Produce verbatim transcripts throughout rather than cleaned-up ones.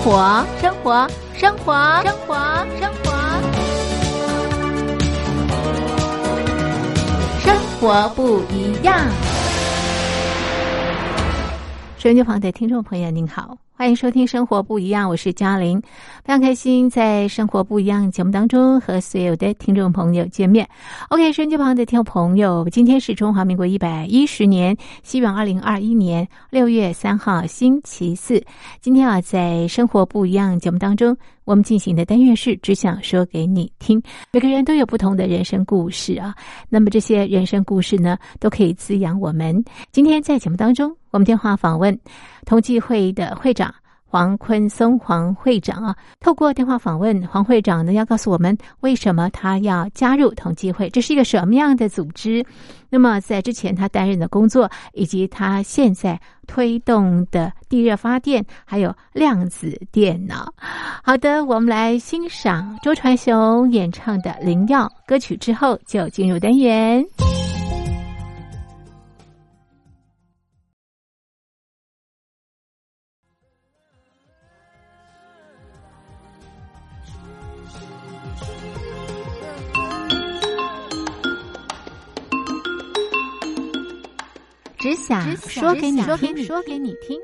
活，生活，生活，生活，生活，生活不一样。收音机旁的听众朋友您好，欢迎收听生活不一样，我是嘉玲，非常开心在生活不一样节目当中和所有的听众朋友见面。 OK， 收音机旁的听众朋友，今天是中华民国一百一十年西元二零二一年六月三号星期四。今天啊，在生活不一样节目当中，我们进行的单元是只想说给你听。每个人都有不同的人生故事啊，那么这些人生故事呢，都可以滋养我们。今天在节目当中，我们电话访问同济会的会长黄坤松黄会长啊，透过电话访问，黄会长呢要告诉我们为什么他要加入同济会，这是一个什么样的组织。那么在之前他担任的工作，以及他现在推动的地热发电，还有量子电脑。好的，我们来欣赏周传雄演唱的《灵药》歌曲之后，就进入单元。只想说给你听，说给你听。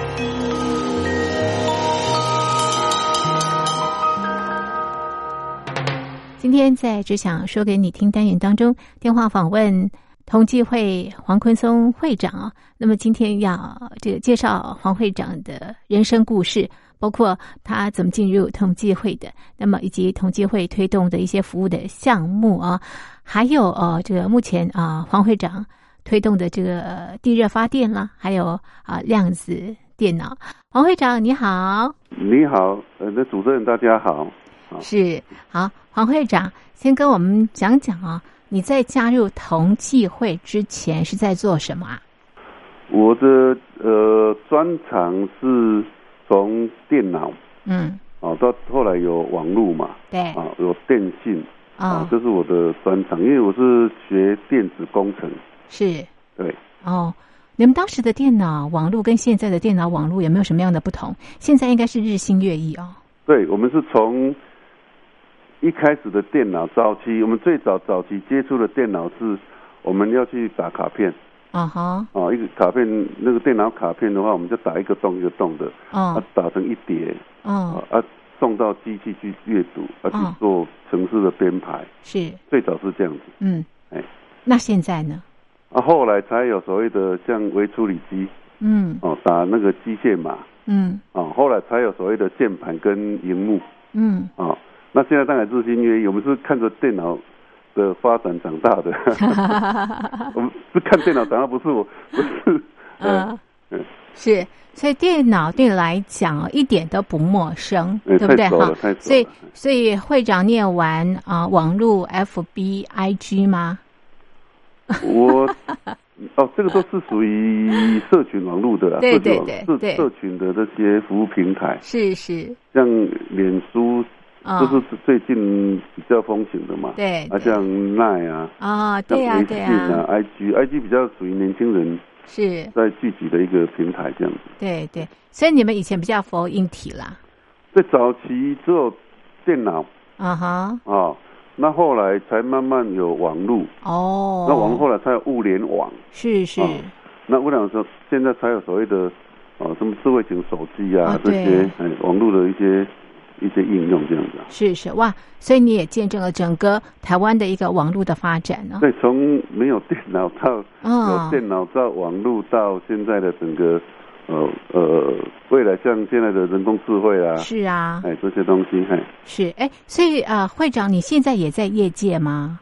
今天在只想说给你听单元当中，电话访问同济会黄坤松会长。那么今天要这个介绍黄会长的人生故事，包括他怎么进入同济会的，那么以及同济会推动的一些服务的项目啊，还有呃这个目前啊黄会长推动的这个地热发电啦，还有啊量子电脑。黄会长你好。 你好，呃，那主持人大家好。 是，好，黄会长先跟我们讲讲啊，你在加入同济会之前是在做什么啊？ 我的呃专长是从电脑，嗯，啊，到后来有网络嘛， 对， 啊，有电信，啊，这是我的专长，因为我是学电子工程。是，对，哦，你们当时的电脑网络跟现在的电脑网络有没有什么样的不同？现在应该是日新月异哦。对，我们是从一开始的电脑早期，我们最早早期接触的电脑是我们要去打卡片，啊哈，哦，一个卡片那个电脑卡片的话，我们就打一个洞一个洞的，哦，啊，打成一叠，哦，啊，送到机器去阅读，啊，去做程式的编排，是，最早是这样子，嗯，哎，那现在呢？啊，后来才有所谓的像微处理机，嗯，哦，打那个机械码，嗯，哦，后来才有所谓的键盘跟萤幕，嗯，哦，那现在当然日新月异，我们是看着电脑的发展长大的，我们是看电脑长大，不是我，不是，嗯，嗯，是，所以电脑对你来讲一点都不陌生，对不对？哈，所以所以会长念完啊、呃、网络 F B I G 吗？我哦，这个都是属于社群网络的啦，对对对对，社群的这些服务平台，是是，像脸书，这是最近比较风行的嘛，对，啊，像 Line 啊，啊，对啊对啊 ，I G I G 比较属于年轻人是在聚集的一个平台这样子，对对，所以你们以前比较佛硬体啦，在早期只有电脑，啊哈，啊。那后来才慢慢有网络哦，那网络后来才有物联网，是是、哦。那物联网说现在才有所谓的哦什么智慧型手机啊、哦、这些哎网络的一些一些应用这样子。是是哇，所以你也见证了整个台湾的一个网络的发展呢、哦。对，从没有电脑到有电脑到网络到现在的整个。呃呃，未来像现在的人工智慧啊，是啊，哎，这些东西，哎，是哎，所以啊、呃，会长，你现在也在业界吗？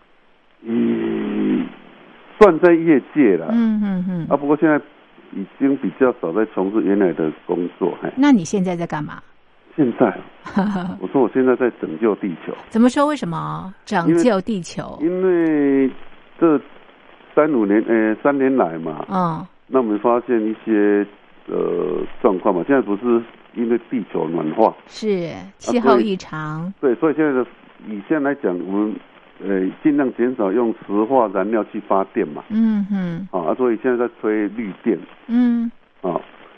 嗯，算在业界了，嗯嗯嗯，啊，不过现在已经比较少在从事原来的工作，哎，那你现在在干嘛？现在，我说我现在在拯救地球。怎么说？为什么拯救地球？因为这三五年，呃，三年来嘛，嗯。那我们发现一些呃状况嘛，现在不是因为地球暖化，是气候异常、啊，对，所以现在的以现在来讲，我们呃尽量减少用石化燃料去发电嘛，嗯哼，啊，所以现在在推绿电，嗯，啊，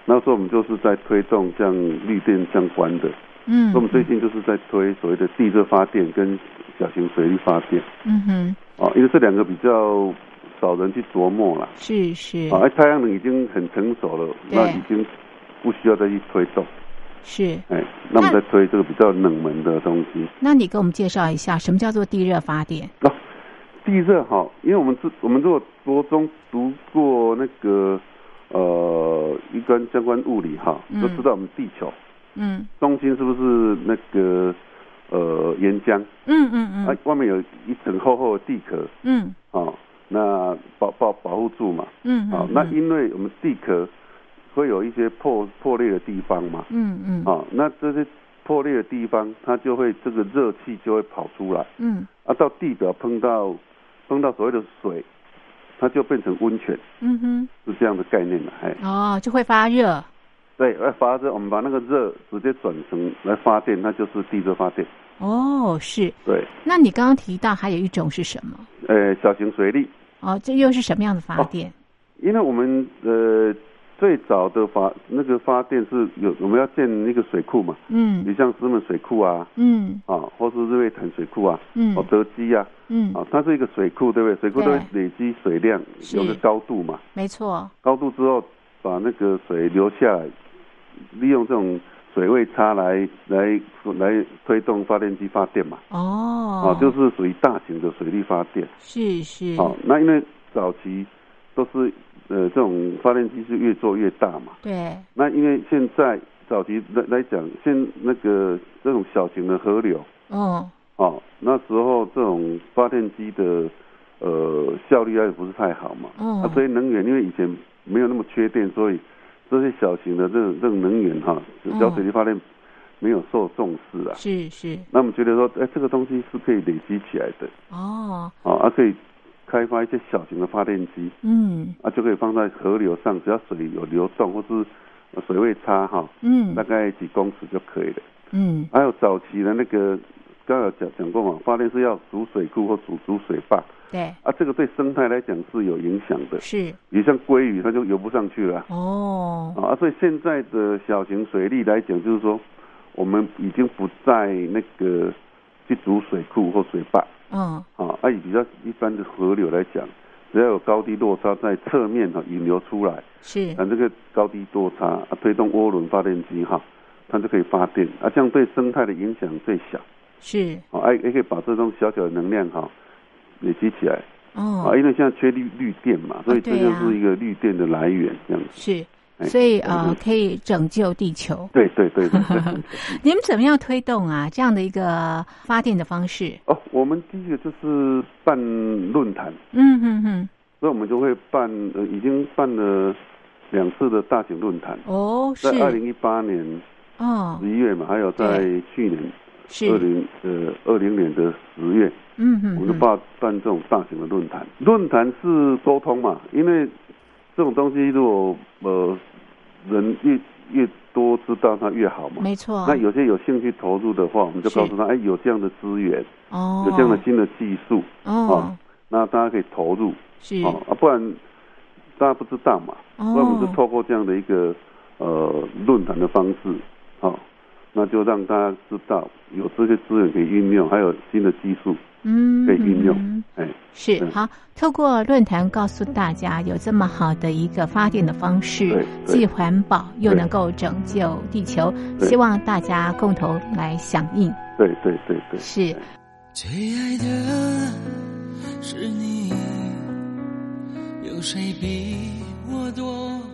那时候我们就是在推动像绿电相关的，嗯，所以我们最近就是在推所谓的地热发电跟小型水力发电，嗯哼，哦，因为这两个比较少人去琢磨了， 是是， 啊，太阳能已经很成熟了，那已经不需要再去推动， 是， 哎，那我们在推这个比较冷门的东西。 那你给我们介绍一下什么叫做地热发电？ 哦，地热哈，因为我们是，我们如果国中读过那个呃一关相关物理哈，都知道我们地球，嗯，中心是不是那个呃岩浆？嗯嗯嗯，啊，外面有一层厚厚的地壳，嗯，啊，那保保保护住嘛，嗯，啊，那因为我们地壳会有一些破破裂的地方嘛，嗯嗯，啊，那这些破裂的地方，它就会这个热气就会跑出来，嗯，啊，到地表碰到碰到所谓的水，它就变成温泉，嗯哼，是这样的概念的，哎， 哦，就会发热， 对，来发热，我们把那个热直接转成来发电，那就是地热发电。 哦，是， 对。 那你刚刚提到还有一种是什么？ 呃，小型水力。 哦，这又是什么样的发电？ 哦、因为我们呃。最早的发那个发电是有我们要建那个水库嘛，嗯，你像石门水库啊，嗯，啊，或是日月潭水库啊，嗯，哦，德基啊，嗯，啊，它是一个水库，对不对？水库都会累积水量，有个高度嘛， 没错， 高度之后把那个水流下来，利用这种水位差来来来推动发电机发电嘛，哦，啊，就是属于大型的水力发电， 是是， 哦，那因为早期都是。呃，这种发电机是越做越大嘛？ 对。 那因为现在早期来来讲，现那个这种小型的河流，哦，哦，那时候这种发电机的呃效率也不是太好嘛，哦，啊，所以能源因为以前没有那么缺电，所以这些小型的这种这种能源哈，小水力发电没有受重视啊。 是是。 那我们觉得说，哎，这个东西是可以累积起来的。哦。哦，啊，可以。开发一些小型的发电机，嗯，啊，就可以放在河流上，只要水有流动或是水位差哈，嗯，大概几公尺就可以了，嗯，还有早期的那个，刚刚有讲讲过嘛，发电是要筑水库或筑筑水坝， 对， 啊，这个对生态来讲是有影响的， 是， 比如像鲑鱼它就游不上去了，哦，啊，所以现在的小型水利来讲，就是说我们已经不在那个去筑水库或水坝。嗯，啊，啊，以比较一般的河流来讲，只要有高低落差在侧面哈引流出来， 是， 啊，这个高低落差啊推动涡轮发电机哈，它就可以发电，啊，这样对生态的影响最小， 是， 啊，也可以把这种小小的能量哈累积起来，哦，啊，因为现在缺绿绿电嘛，所以这就是一个绿电的来源，这样子是。所以呃，可以拯救地球。 对对对对对。 你们怎么样推动啊这样的一个发电的方式？ 哦，我们第一个就是办论坛。 嗯嗯嗯。 所以我们就会办，呃，已经办了两次的大型论坛。 哦，是。 在二零一八年哦十一月嘛，还有在去年二零呃二零年的十月，嗯嗯，我们就办办这种大型的论坛。论坛是沟通嘛，因为这种东西如果呃人越越多知道它越好嘛， 没错。 那有些有兴趣投入的话，我们就告诉他，哎，有这样的资源，哦，有这样的新的技术，哦，啊，那大家可以投入， 是哦，啊，不然大家不知道嘛，哦，所以我们就透过这样的一个呃论坛的方式，哦，那就让大家知道有这些资源可以运用，还有新的技术。嗯，可以运用，哎， 是好。透过论坛告诉大家，有这么好的一个发电的方式，既环保又能够拯救地球，希望大家共同来响应。 对对对对， 是。 最爱的是你，有谁比我多？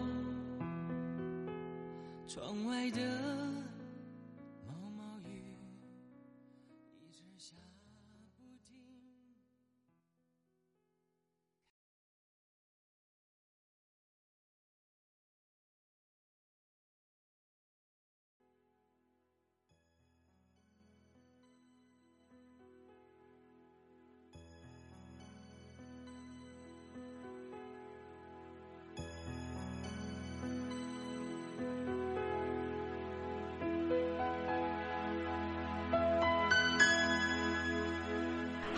窗外的毛毛雨一直下。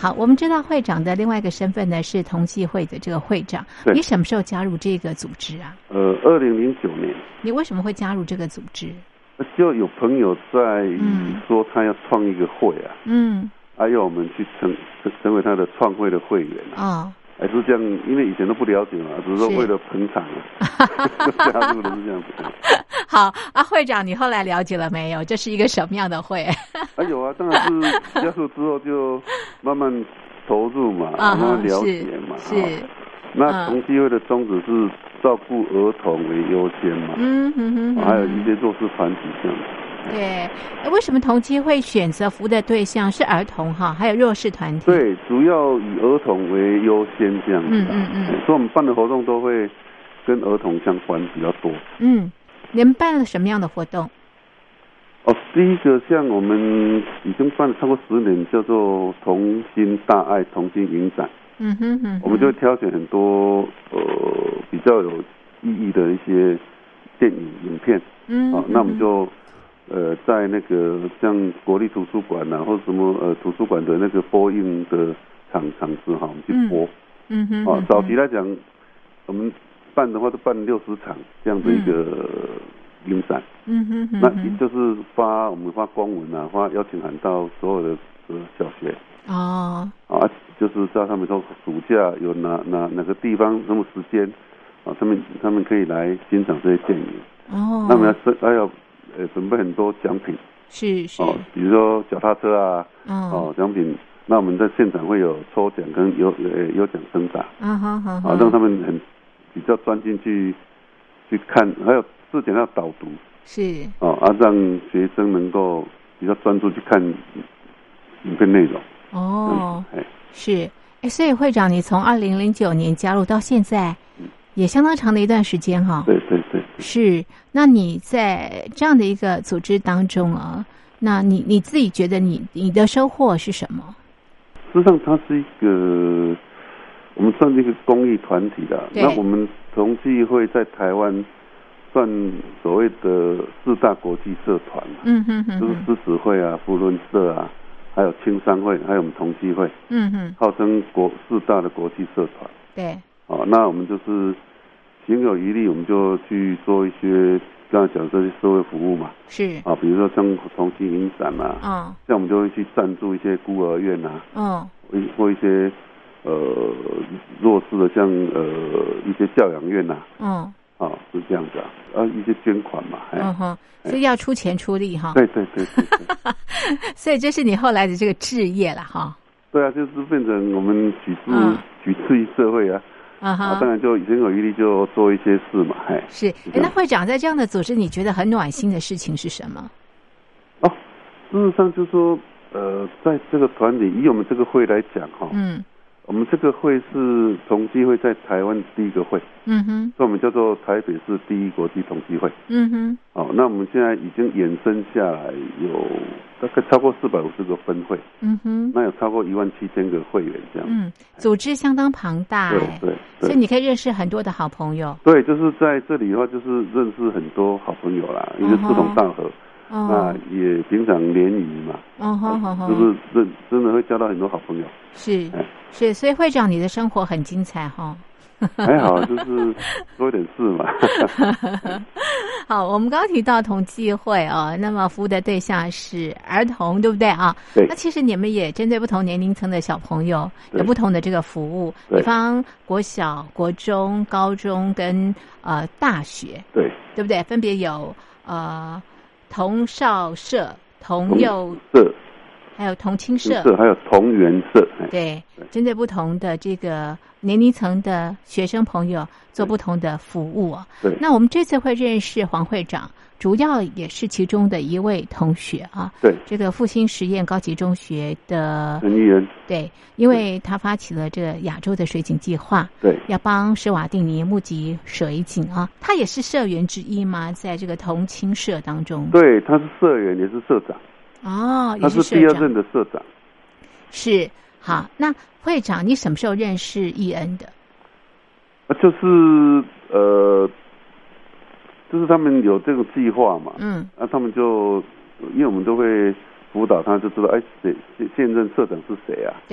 好，我们知道会长的另外一个身份呢是同济会的这个会长，你什么时候加入这个组织啊？ 呃，二零零九年。 你为什么会加入这个组织？ 就有朋友在说他要创一个会啊，嗯，还要我们去成成为他的创会的会员啊。哦，还是这样，因为以前都不了解嘛，只是说为了捧场啊，就加入的是这样子。 好啊，会长，你后来了解了没有？这是一个什么样的会？ 啊，有啊，当然是加入之后就慢慢投入嘛，慢慢了解嘛。是。那同济会的宗旨是照顾儿童为优先嘛，嗯哼哼哼，还有一些弱势团体这样。 对，为什么同济会选择服务的对象是儿童哈，还有弱势团体？ 对，主要以儿童为优先这样子。嗯嗯嗯。所以我们办的活动都会跟儿童相关比较多。嗯， 你们办了什么样的活动？ 哦，第一个像我们已经办了超过十年，叫做同心大爱同心影展。嗯哼哼，我们就会挑选很多呃比较有意义的一些电影影片，嗯，啊，那我们就呃在那个像国立图书馆啊，或者什么呃图书馆的那个播映的场场次哈，我们去播，嗯哼，啊，早期来讲，我们办的话都办六十场这样的一个影展，嗯哼哼，那也就是发我们发公文啊，发邀请函到所有的呃小学。哦，啊，就是叫他们说暑假有哪哪哪个地方什么时间，啊，他们他们可以来欣赏这些电影。哦，那我们要还要呃准备很多奖品， 是是， 哦，比如说脚踏车啊，哦，奖品。那我们在现场会有抽奖跟有呃有奖征答，啊好好，啊让他们很比较专心去去看，还有之前要导读，是，哦啊让学生能够比较专注去看影片内容。 哦，嗯、是，哎，所以会长，你从二零零九年加入到现在，也相当长的一段时间哈。 对对对。 是，那你在这样的一个组织当中啊，那你你自己觉得你你的收获是什么？ 事实上，它是一个我们算是一个公益团体的。那我们同济会在台湾算所谓的四大国际社团，嗯哼哼，就是狮子会啊、扶轮社啊。还有青商会，还有我们同济会，嗯哼，号称国四大的国际社团。 对， 哦，那我们就是行有余力，我们就去做一些刚才讲这些社会服务嘛。是啊，比如说像同济影展啊，嗯，像我们就会去赞助一些孤儿院啊，嗯，或一些呃弱势的，像呃一些教养院呐，嗯。哦，是这样子啊，啊，一些捐款嘛， 嗯哼，所以要出钱出力哈。 对对对对对。 所以这是你后来的这个志业了哈。 对啊，就是变成我们举志、嗯、举志于社会啊。啊哈，当然就行有余力就做一些事嘛，哎。 是，哎，那会长在这样的组织，你觉得很暖心的事情是什么？ 哦，事实上就是说，呃，在这个团体以我们这个会来讲哈，嗯。我们这个会是同济会在台湾第一个会，嗯哼，所以我们叫做台北市第一国际同济会，嗯哼，哦，那我们现在已经衍生下来有大概超过四百五十个分会，嗯哼，那有超过一万七千个会员这样， 嗯，组织相当庞大， 对对， 所以你可以认识很多的好朋友， 对，就是在这里的话，就是认识很多好朋友啦，一个志同道合。哦、那也平常联谊嘛，哦好好好，就是真真的会交到很多好朋友。 是、哎、是，所以会长你的生活很精彩哈。 还好，就是多一点事嘛。 好，我们刚刚提到同济会啊，那么服务的对象是儿童，对不对啊？ 对。 那其实你们也针对不同年龄层的小朋友有不同的这个服务，比方国小、国中、高中跟呃大学， 对， 对不对？分别有呃。童少社、童幼社， 还有童青社， 还有童园社。 对，针对不同的这个年龄层的学生朋友做不同的服务啊。 对， 那我们这次会认识黄会长，主要也是其中的一位同学啊。 对， 这个复兴实验高级中学的陈义仁。 对，因为他发起了这个亚洲的水井计划， 对， 要帮史瓦蒂尼募集水井啊。他也是社员之一吗？在这个同青社当中？ 对，他是社员，也是社长。 哦， 他是第二任的社长。 是，好，那会长，你什么时候认识义恩的？ 啊，就是呃，就是他们有这个计划嘛，嗯，那、啊、他们就因为我们都会辅导他，就知道哎，谁现任社长是谁啊？ 对，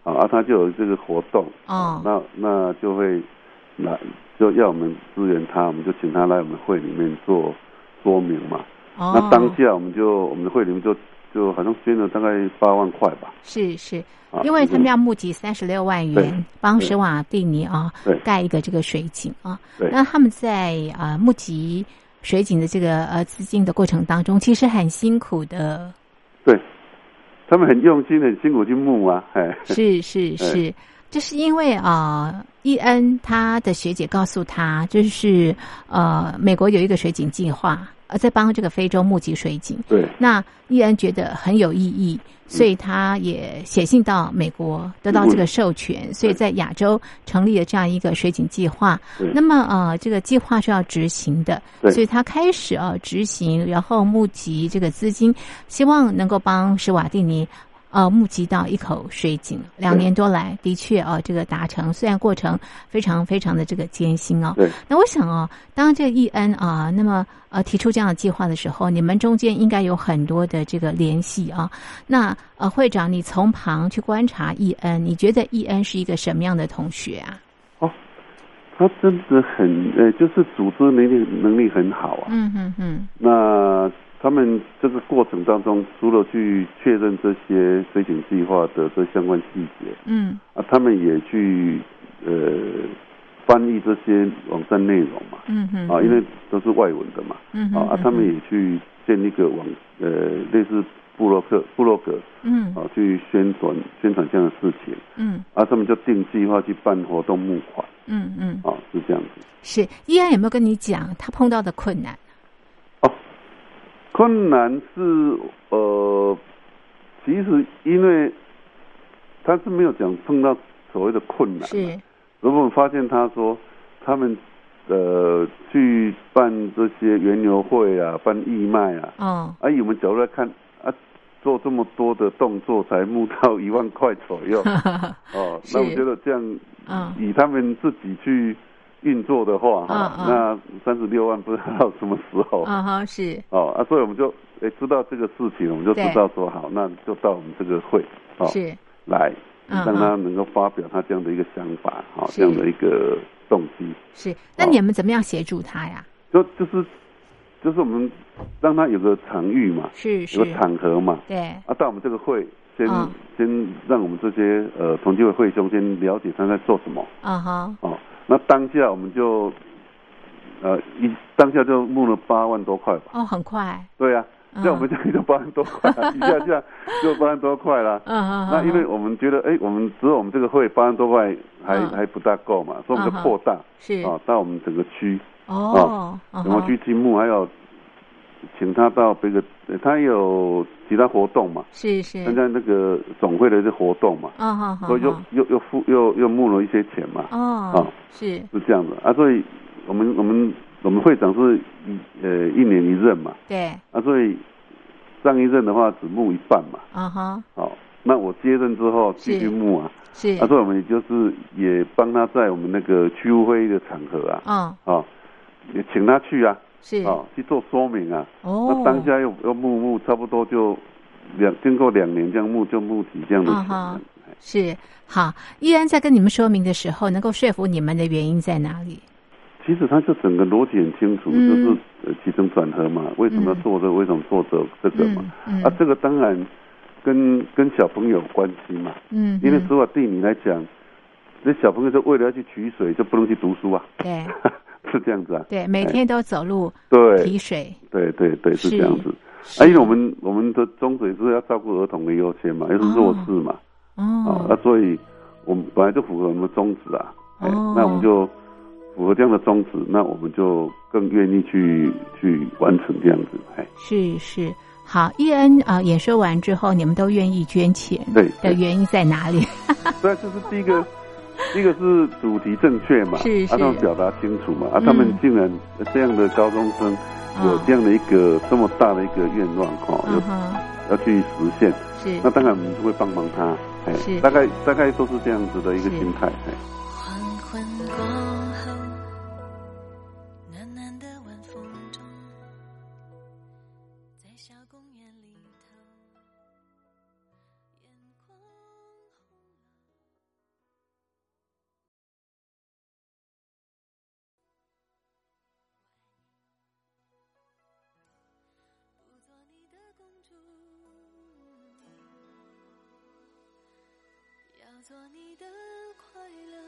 啊，他就有这个活动哦，那那就会来就要我们支援他，我们就请他来我们会里面做说明嘛。哦，那当下我们就我们的会里面就就好像捐了大概八万块吧。 是是，因为他们要募集三十六万元，帮史瓦蒂尼啊盖一个这个水井啊。那他们在啊、呃、募集水井的这个呃资金的过程当中，其实很辛苦的。 对，他们很用心、很辛苦去募啊。哎，是是是，就是因为啊，伊恩他的学姐告诉他，就是呃，美国有一个水井计划。呃，在帮这个非洲募集水井。 对。 那伊恩觉得很有意义，所以他也写信到美国，得到这个授权，所以在亚洲成立了这样一个水井计划。那么呃，这个计划是要执行的，所以他开始啊执行，然后募集这个资金，希望能够帮史瓦蒂尼。呃，募集到一口水井，两年多来的确啊，这个达成，虽然过程非常非常的这个艰辛哦。 对。 那我想哦，当这个伊恩啊，那么呃提出这样的计划的时候，你们中间应该有很多的这个联系啊。那呃，会长，你从旁去观察伊恩，你觉得伊恩是一个什么样的同学啊？ 哦，他真的很呃，就是组织能力能力很好啊。 嗯哼哼。 那。他们这个过程当中，除了去确认这些水井计划的这相关细节，嗯，啊，他们也去呃翻译这些网站内容嘛，嗯哼，啊，因为都是外文的嘛，嗯哼，啊，他们也去建一个网呃类似部落克部落格，嗯，啊，去宣传宣传这样的事情，嗯，啊，他们就定计划去办活动募款，嗯嗯，啊，是这样子。 是，依安有没有跟你讲他碰到的困难？ 困难是呃，其实因为他是没有讲碰到所谓的困难。是。如果我们发现他说他们呃去办这些园游会啊，办义卖啊，哦，啊，以我们角度来看啊，做这么多的动作才募到一万块左右，哦，那我觉得这样，嗯，以他们自己去。运作的话，哈、嗯嗯，那三十六万不知道什么时候， 啊哈是， 哦啊，所以我们就诶知道这个事情，我们就知道说好，那就到我们这个会，哦，是来让他能够发表他这样的一个想法，哈、哦，这样的一个动机。 是，那你们怎么样协助他呀？ 就就是就是我们让他有个场域嘛， 是是， 有个场合嘛， 对， 啊，到我们这个会。先、哦、先让我们这些呃同济会会兄先了解他在做什么。啊哈。哦，那当下我们就呃一当下就募了八万多块吧。 哦，很快。 对呀、啊，像、嗯、我们这里就八万多块，一下下就八万多块啦。嗯嗯。那因为我们觉得，哎，我们只有我们这个会八万多块还、嗯、还不大够嘛，所以我们就扩大。是。啊，到我们整个区。哦。啊，整个区积木还有。请他到别个，他有其他活动嘛？ 是是。 参加那个总会的一些活动嘛？哦好好。所以又又又付又又募了一些钱嘛？哦。啊，是是这样的啊，所以我们我们我们会长是一呃一年一任嘛？ 对。 啊，所以上一任的话只募一半嘛？啊哈。好，那我接任之后继续募啊。是。啊，所以我们也就是也帮他在我们那个区务会议的场合啊，嗯，啊，也请他去啊。是啊、哦，去做说明啊。哦，那当下又又募募，差不多就两经过两年这样募就募集这样的钱、 哦。是好，依然在跟你们说明的时候，能够说服你们的原因在哪里？ 其实他就整个逻辑很清楚，嗯、就是呃起承转合嘛，为什么要做这个？嗯、为什么做这这个嘛？嗯嗯、啊，这个当然跟跟小朋友有关系嘛。嗯，因为史瓦蒂尼来讲，那小朋友就为了要去取水，就不能去读书啊。 对。 是这样子啊， 对，每天都走路， 对， 提水， 对对对，是这样子。啊，因为我们我们的宗旨是要照顾儿童的优先嘛，又是弱势嘛，哦，啊，所以我们本来就符合我们的宗旨啊，哦，那我们就符合这样的宗旨，那我们就更愿意去去完成这样子，哎， 是是，好，伊恩啊，演说完之后，你们都愿意捐钱， 对， 的原因在哪里？ 对，这是第一个。一个是主题正确嘛，是是，啊，他们表达清楚嘛，嗯、啊，他们竟然这样的高中生有这样的一个、哦、这么大的一个愿望哈，要、嗯、要去实现，是，那当然我们就会帮忙他，哎，大概大概都是这样子的一个心态，哎。黄昏过后，暖暖的晚风中，在小公园里头，眼眶红了。 要做你的快乐。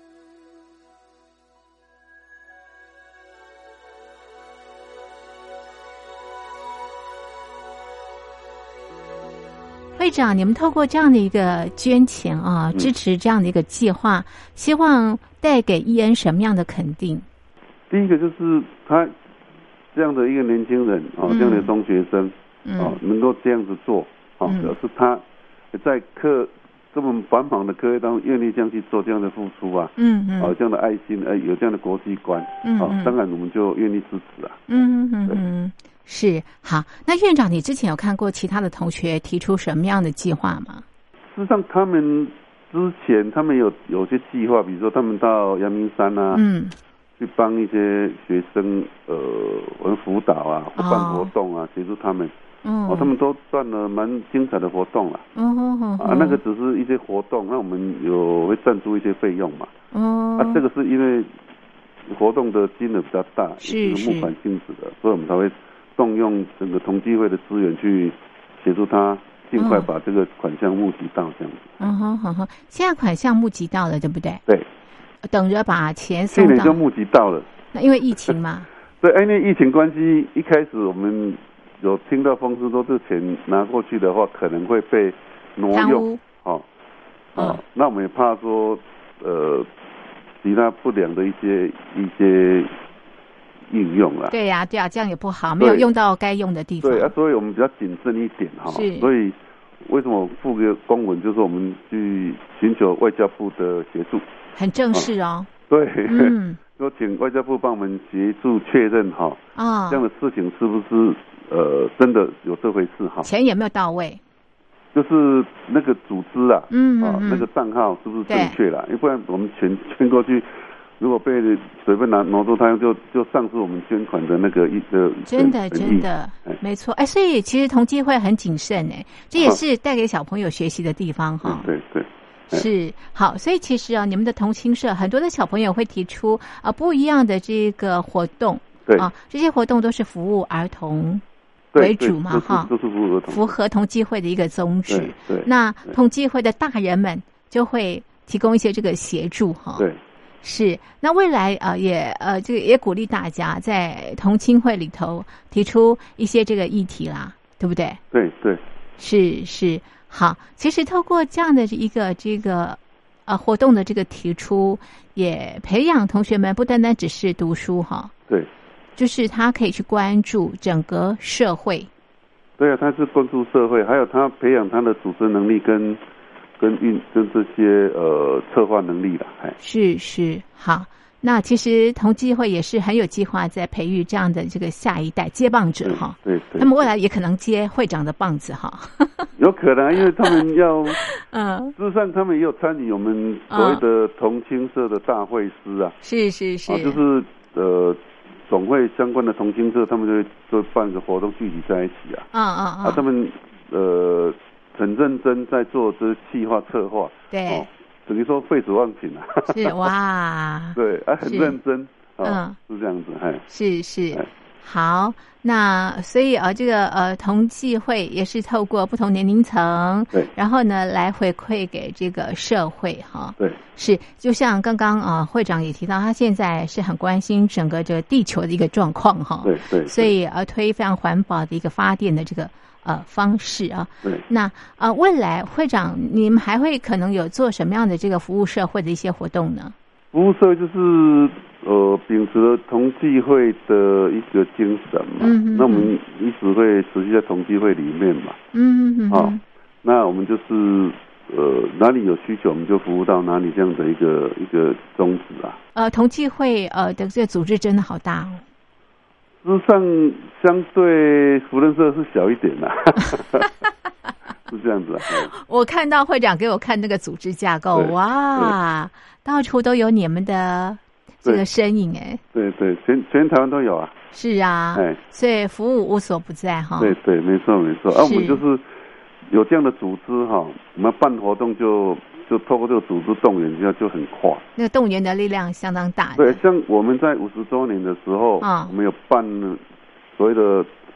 会长，你们透过这样的一个捐钱啊，支持这样的一个计划，嗯、希望带给伊恩什么样的肯定？ 第一个就是他这样的一个年轻人啊、嗯，这样的中学生啊、嗯，能够这样子做啊，表、嗯、示他在课这么繁忙的课业当中，愿意这样去做这样的付出啊，嗯嗯，啊，这样的爱心，呃，有这样的国际观，嗯啊，当然我们就愿意支持啊， 嗯嗯嗯。是好，那院长，你之前有看过其他的同学提出什么样的计划吗？ 事实上，他们之前他们有有些计划，比如说他们到阳明山啊，嗯，去帮一些学生呃玩辅导啊，或办活动啊，协助他们，哦，哦，他们都办了蛮精彩的活动了，哦哦哦，啊，那个只是一些活动，那我们有会赞助一些费用嘛，哦，啊，这个是因为活动的金额比较大，是是募款性质的，所以我们才会动用整个同济会的资源去协助他尽快把这个款项募集到这样子。 嗯哼哼哼，现在款项募集到了，对不对？ 对， 等着把钱送到。 去年就募集到了。 那因为疫情嘛。 对，因为疫情关系，一开始我们有听到风声说，这钱拿过去的话，可能会被挪用。哦，哦，哦，那我们也怕说，呃，其他不良的一些一些。应用了， 对呀、啊，对呀、啊，这样也不好，没有用到该用的地方。 对啊，所以我们比较谨慎一点哈。是。所以为什么附个公文，就是我们去寻求外交部的协助， 很正式哦。 啊、对，嗯，说请外交部帮我们协助确认哈，啊，这样的事情是不是呃真的有这回事哈？ 钱有没有到位？ 就是那个组织啊，嗯, 嗯, 嗯啊，那个账号是不是正确啦？要不然我们钱捐过去。如果被随便拿挪走，他就就丧失我们捐款的那个一个真的真的没错哎，所以其实同济会很谨慎哎，这也是带给小朋友学习的地方哈、 啊。对对， 是好，所以其实啊，你们的同青社很多的小朋友会提出啊不一样的这个活动， 对啊，这些活动都是服务儿童为主嘛哈， 都是服务儿童， 符合同济会的一个宗旨。 对，对那同济会的大人们就会提供一些这个协助哈。 对。 是，那未来呃也呃这个也鼓励大家在同青会里头提出一些这个议题啦，对不对？ 对对， 是是好。其实透过这样的一个这个呃活动的这个提出，也培养同学们不单单只是读书哈， 对， 就是他可以去关注整个社会。 对啊，他是关注社会，还有他培养他的组织能力跟。跟运跟这些呃策划能力的，哎， 是是好。那其实同济会也是很有计划在培育这样的这个下一代接棒者哈。 对 对, 对。 他们未来也可能接会长的棒子哈。 有可能，因为他们要，嗯，事实上他们也有参与我们所谓的同青社的大会师啊。 是是是。 啊，就是呃总会相关的同青社，他们就会就办个活动聚集在一起啊。嗯嗯嗯。啊，他们呃。很认真在做这企划策划， 对，哦、 等于说废纸忘情啊。 是哇， 对，啊，很认真，哦、嗯，是这样子，哎， 是是，好，那所以啊，这个呃同济会也是透过不同年龄层， 对， 然后呢来回馈给这个社会哈， 对， 是，就像刚刚啊、呃、会长也提到，他现在是很关心整个这个地球的一个状况哈， 对对， 所以呃推非常环保的一个发电的这个。呃，方式啊， 对， 那呃，未来会长，你们还会可能有做什么样的这个服务社会的一些活动呢？ 服务社会就是呃，秉持了同济会的一个精神嘛，嗯嗯，那我们一直会持续在同济会里面嘛，嗯嗯，好、哦，那我们就是呃哪里有需求，我们就服务到哪里这样的一个一个宗旨啊。 呃，同济会呃的这个组织真的好大哦。 事实上，相对福伦社是小一点啦，是这样子啊。 我看到会长给我看那个组织架构，哇，到处都有你们的这个身影哎。 对对，全全台湾都有啊。 是啊，哎，所以服务无所不在哈。 对对，没错没错。啊，我们就是有这样的组织哈，我们办活动就。就透过这个组织动员，就就很快。 那个动员的力量相当大。 对，像我们在五十周年的时候，啊、嗯，我们有办所谓的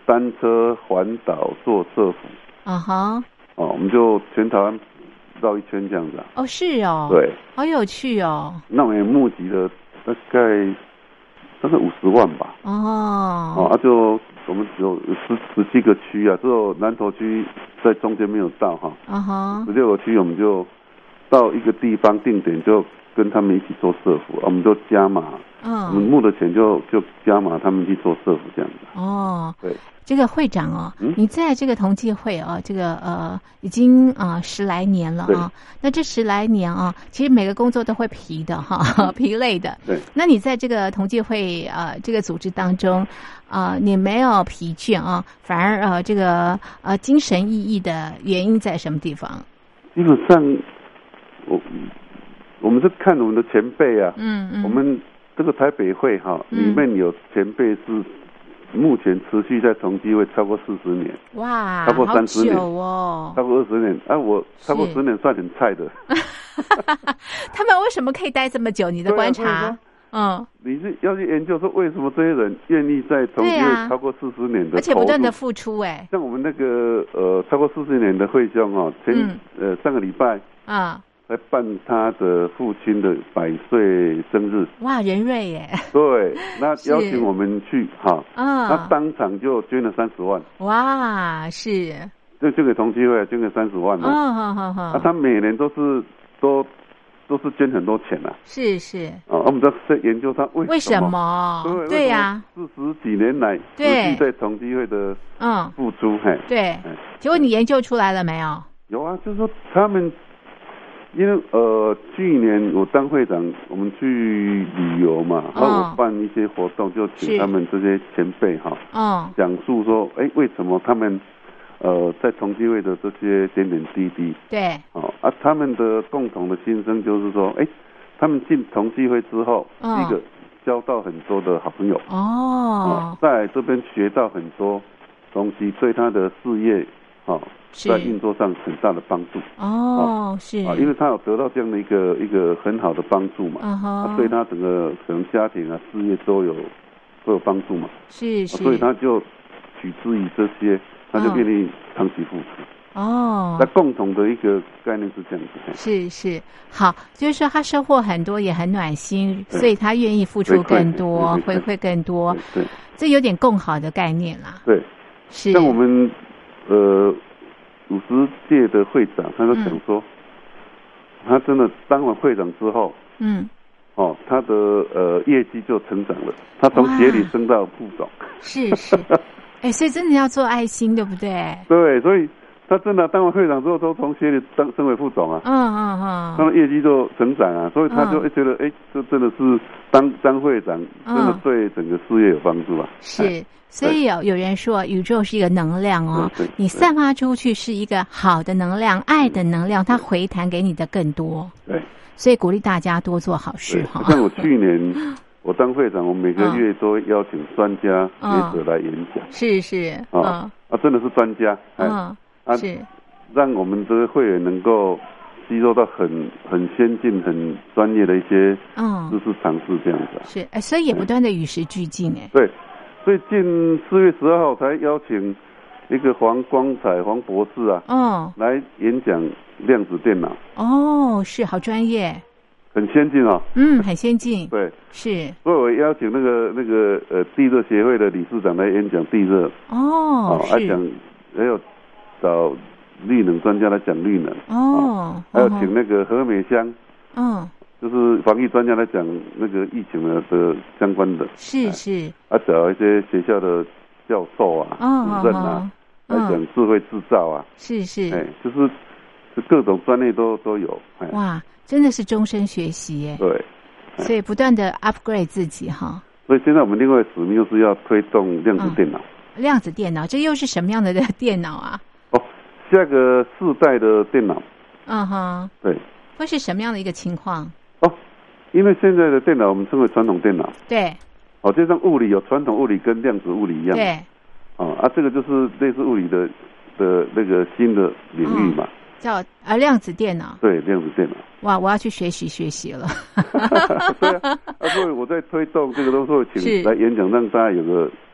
单车环岛做社服。 啊哈。 哦，我们就全台湾绕一圈这样子啊。 哦，是哦。 对。 好有趣哦。 那我们也募集了大概大概五十万吧。 哦。 哦，啊就我们有十十七个区啊，只有南投区在中间没有到哈。啊哈。十六个区我们就到一个地方定点就跟他们一起做社服，我们就加码。嗯。我们募的钱就就加码他们去做社服这样子。 哦。 对。 这个会长哦，嗯、你在这个同济会啊，这个呃已经啊、呃、十来年了啊。那这十来年啊，其实每个工作都会疲的哈，疲累的。 对。 那你在这个同济会呃这个组织当中啊、呃，你没有疲倦啊，反而呃这个呃精神奕奕的原因在什么地方？ 基本上，我我们是看我们的前辈啊， 嗯嗯， 我们这个台北会哈、啊、里面有前辈是。目前持续在同济会超过四十年， 哇， 超过三十年哦， 超过二十年。啊，我超过十年算很菜的。 他们为什么可以待这么久？你的观察， 啊、嗯，你是要去研究说为什么这些人愿意在同济会超过四十年的， 而且不断的付出、欸，哎， 像我们那个呃超过四十年的会兄哦，前、嗯、呃上个礼拜啊。来办他的父亲的百岁生日， 哇，仁瑞耶！ 对，那邀请我们去哈，啊，那当场就捐了三十万， 哇，是， 就捐给同济会，捐给三十万嘛， 哦，好好好， 啊，他每年都是都都是捐很多钱啊， 是是， 啊，我们在在研究他为什么， 为什么？ 对对呀， 四十几年来持续在同济会的嗯付出，嘿， 对，结果你研究出来了没有？ 有啊，就是说他们。因为呃，去年我当会长，我们去旅游嘛，然后我办一些活动，就请他们这些前辈哈，嗯，讲述说，哎，为什么他们呃在同济会的这些点点滴滴， 对， 哦啊，他们的共同的心声就是说，哎，他们进同济会之后，嗯、一个交到很多的好朋友，哦，在这边学到很多东西，对他的事业，哦。在运作上很大的帮助哦，是啊，因为他有得到这样的一个一个很好的帮助嘛，啊、uh-huh. 他对他整个可能家庭啊、事业都有都有帮助嘛， 是是、啊， 所以他就取之于这些，他就愿意长期付出。 哦， 那共同的一个概念是这样子。 是是，好，就是说他收获很多，也很暖心，所以他愿意付出更多，回馈更多。 对， 这有点更好的概念啦。 对， 是像我们呃。五十届的会长，他就讲说、嗯，他真的当完会长之后，嗯，哦，他的呃业绩就成长了，他从协理升到副总， 是是，哎、欸，所以真的要做爱心，对不对？ 对，所以他真的当完会长之后，都从协理当升为副总啊， 嗯嗯嗯， 他的业绩就成长啊，所以他就会觉得，哎、嗯，这真的是当当会长，真的对整个事业有帮助啊， 是。所以有有人说，宇宙是一个能量哦，你散发出去是一个好的能量、爱的能量，它回弹给你的更多。 对， 所以鼓励大家多做好事哈。 像我去年我当会长，我每个月都会邀请专家学者来演讲。 是是啊啊，真的是专家，嗯啊，是让我们这个会员能够吸收到很很先进、很专业的一些嗯知识常识这样子。 是，哎，所以也不断的与时俱进哎。 对。最近四月十二号才邀请一个黄光彩黄博士啊，哦，来演讲量子电脑。 哦，是好专业， 很先进哦。 嗯，很先进。 对， 是。 所以我邀请那个那个呃地热协会的理事长来演讲地热。 哦， 哦，来讲还有找绿能专家来讲绿能。哦，还有请那个何美香。嗯。就是防疫专家来讲那个疫情的的相关的， 是是， 啊找一些学校的教授啊、哦、主任啊、哦、来讲智慧制造啊， 是是， 哎，就是各种专业都都有。 哇，真的是终身学习耶。 对， 所以不断的 upgrade 自己哈。 所以现在我们另外使命就是要推动量子电脑。 嗯、量子电脑，这又是什么样的电脑啊？ 哦，下个世代的电脑。 嗯哼，对，会是什么样的一个情况？ 哦，因为现在的电脑我们称为传统电脑， 对， 哦，就像物理有传统物理跟量子物理一样， 对， 哦啊，这个就是类似物理的的那个新的领域嘛，嗯、 叫啊量子电脑， 对，量子电脑， 哇，我要去学习学习了， 对啊，啊，所以我在推动这个东西，请来演讲，让大家有个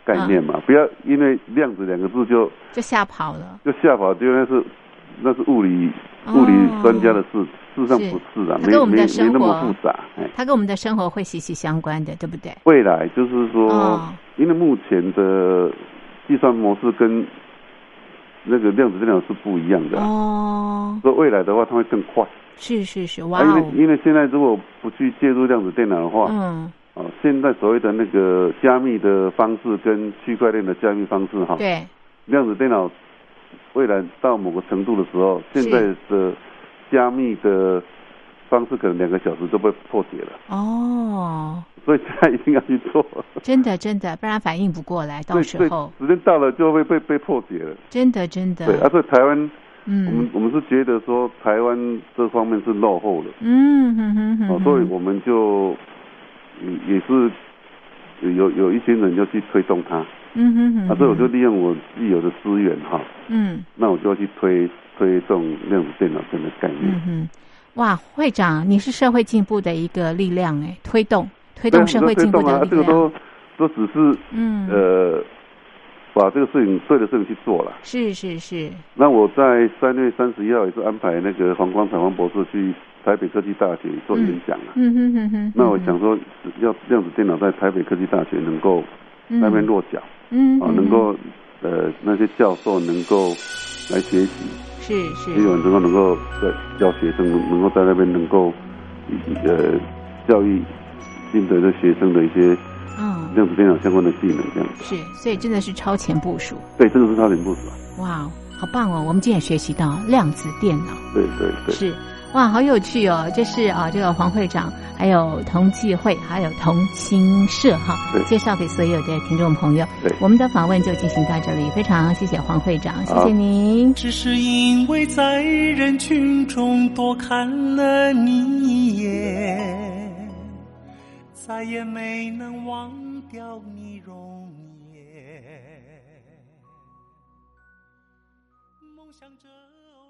概念嘛，嗯、不要因为量子两个字就就吓跑了， 就吓跑，就那是那是物理、哦、物理专家的事，事实上不是啊， 它跟我们的生活没没那么复杂， 它跟我们的生活会息息相关的，对不对？ 未来就是说，哦、因为目前的计算模式跟那个量子电脑是不一样的、啊、哦，所以未来的话它会更快。 是是是，哇、 哦啊！因为因为现在如果不去介入量子电脑的话，嗯，哦，现在所谓的那个加密的方式跟区块链的加密方式哈， 对， 量子电脑未来到某个程度的时候，现在的加密的方式可能两个小时就被破解了。哦，所以现在一定要去做。 真的真的，不然反应不过来，到时候时间到了就会被被破解了。 真的真的。 对，而、啊、且台湾。嗯，我们我们是觉得说台湾这方面是落后的，嗯哼哼哼、哦，所以我们就也是有有一些人就去推动它，嗯哼哼，啊，所以我就利用我自己有的资源哈，嗯，那我就要去推推动量子电脑这个概念。嗯哼， 哇，会长，你是社会进步的一个力量哎，推动推动社会进步的力量， 啊、这个都都只是嗯呃。把这个事情对的事情去做了， 是是是。 那我在三月三十一号也是安排那个黄光彩黄博士去台北科技大学做演讲了。嗯哼哼哼。那我想说，要量子电脑在台北科技大学能够那边落脚，嗯，啊，能够呃那些教授能够来学习， 是是， 也有能够能够在教学生能够在那边能够呃教育新的这学生的一些。嗯，量子电脑相关的技能这样子是，所以真的是超前部署。 对，这个是超前部署。 哇，好棒哦！我们今天也学习到量子电脑。 对对对， 是哇，好有趣哦！这是啊，这个黄会长，还有同济会，还有同青社哈，介绍给所有的听众朋友。对，我们的访问就进行到这里，非常谢谢黄会长，谢谢您。 只是因为在人群中多看了你一眼，再也没能忘掉你容颜，梦想着